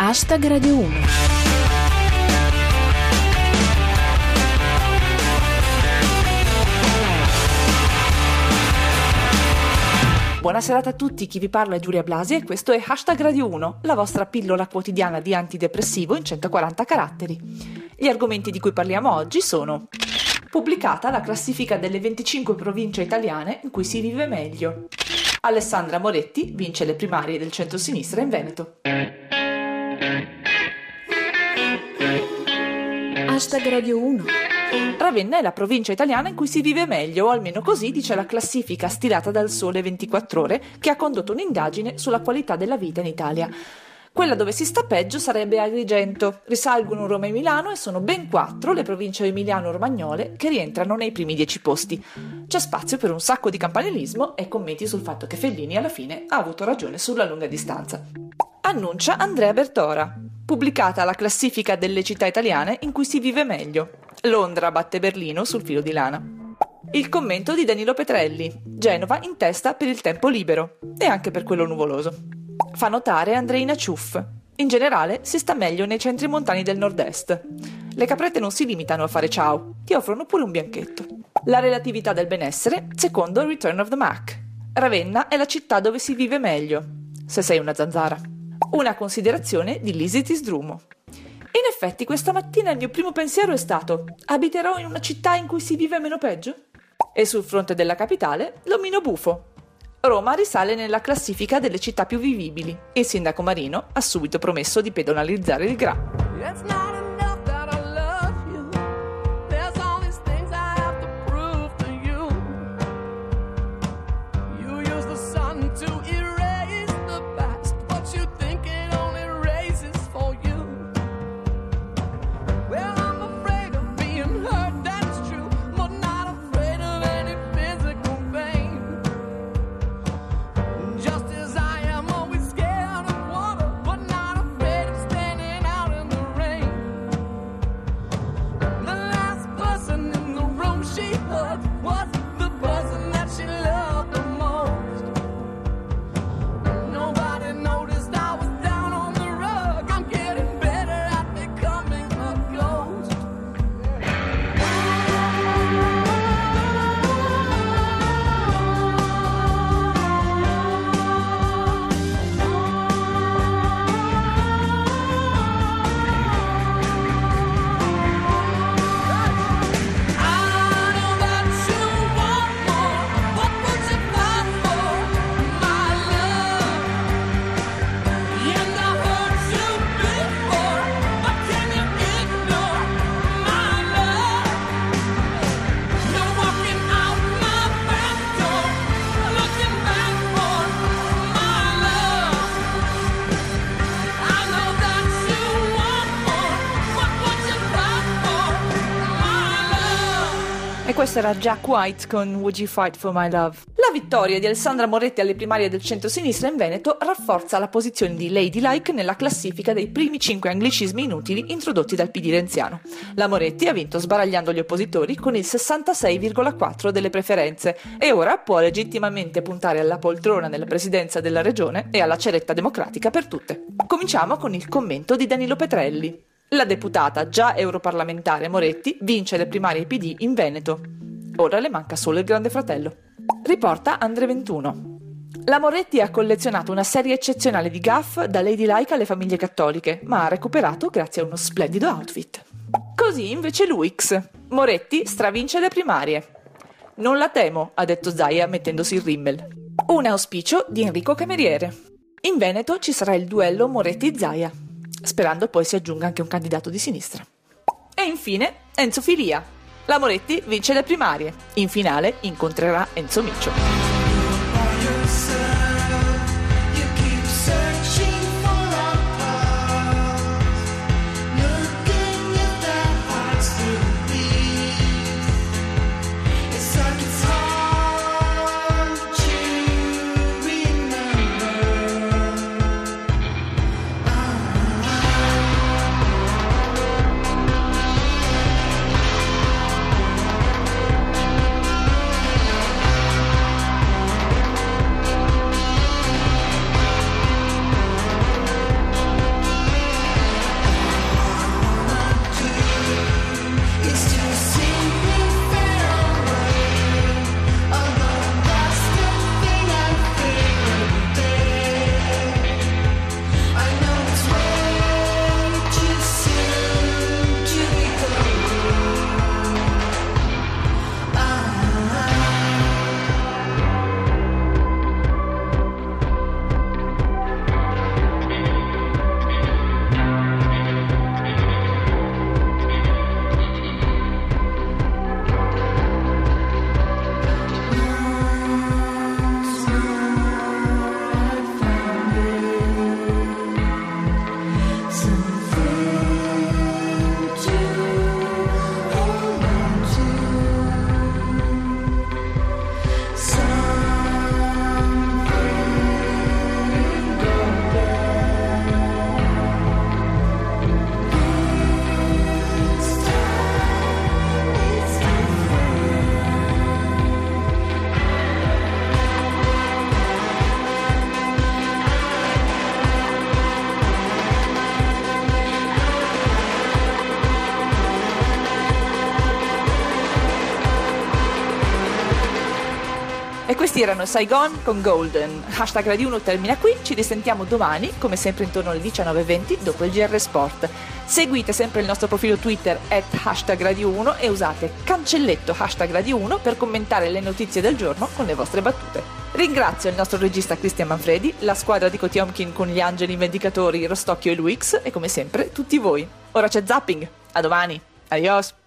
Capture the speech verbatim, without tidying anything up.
Hashtag Radio uno. Buonasera a tutti, chi vi parla è Giulia Blasi e questo è Hashtag Radio uno, la vostra pillola quotidiana di antidepressivo in centoquaranta caratteri. Gli argomenti di cui parliamo oggi sono: pubblicata la classifica delle venticinque province italiane in cui si vive meglio. Alessandra Moretti vince le primarie del centrosinistra in Veneto. Hashtag Radio uno. Ravenna è la provincia italiana in cui si vive meglio, o almeno così dice la classifica stilata dal Sole ventiquattro Ore, che ha condotto un'indagine sulla qualità della vita in Italia. Quella dove si sta peggio sarebbe Agrigento. Risalgono Roma e Milano e sono ben quattro le province emiliano-romagnole che rientrano nei primi dieci posti. C'è spazio per un sacco di campanilismo e commenti sul fatto che Fellini alla fine ha avuto ragione sulla lunga distanza. Annuncia Andrea Bertora. Pubblicata la classifica delle città italiane in cui si vive meglio. Londra batte Berlino sul filo di lana. Il commento di Danilo Petrelli. Genova in testa per il tempo libero e anche per quello nuvoloso. Fa notare Andreina Ciuff. In generale si sta meglio nei centri montani del nord-est. Le caprette non si limitano a fare ciao, ti offrono pure un bianchetto. La relatività del benessere secondo Return of the Mac. Ravenna è la città dove si vive meglio, se sei una zanzara. Una considerazione di Lisi Tisdrumo. In effetti questa mattina il mio primo pensiero è stato: abiterò in una città in cui si vive meno peggio? E sul fronte della capitale, l'omino bufo. Roma risale nella classifica delle città più vivibili. Il sindaco Marino ha subito promesso di pedonalizzare il Gra. E questo era Jack White con Would You Fight for My Love. La vittoria di Alessandra Moretti alle primarie del centrosinistra in Veneto rafforza la posizione di Ladylike nella classifica dei primi cinque anglicismi inutili introdotti dal P D renziano. La Moretti ha vinto sbaragliando gli oppositori con il sessantasei virgola quattro delle preferenze e ora può legittimamente puntare alla poltrona nella presidenza della regione e alla ceretta democratica per tutte. Cominciamo con il commento di Danilo Petrelli. La deputata già europarlamentare Moretti vince le primarie P D in Veneto. Ora le manca solo il Grande Fratello. Riporta Andre ventuno. La Moretti ha collezionato una serie eccezionale di gaffe da Ladylike alle famiglie cattoliche, ma ha recuperato grazie a uno splendido outfit. Così invece l'U X. Moretti stravince le primarie. Non la temo, ha detto Zaia mettendosi il rimmel. Un auspicio di Enrico Cameriere. In Veneto ci sarà il duello Moretti-Zaia, sperando poi si aggiunga anche un candidato di sinistra. E infine Enzo Filia. La Moretti vince le primarie. In finale incontrerà Enzo Miccio. E questi erano Saigon con Golden. Hashtag Radio uno termina qui, ci risentiamo domani, come sempre intorno alle diciannove e venti, dopo il G R Sport. Seguite sempre il nostro profilo Twitter at hashtag Radio uno e usate cancelletto hashtag Radio uno per commentare le notizie del giorno con le vostre battute. Ringrazio il nostro regista Cristian Manfredi, la squadra di Kotiomkin con gli angeli vendicatori Rostocchio e Luix e come sempre tutti voi. Ora c'è zapping, a domani, adios!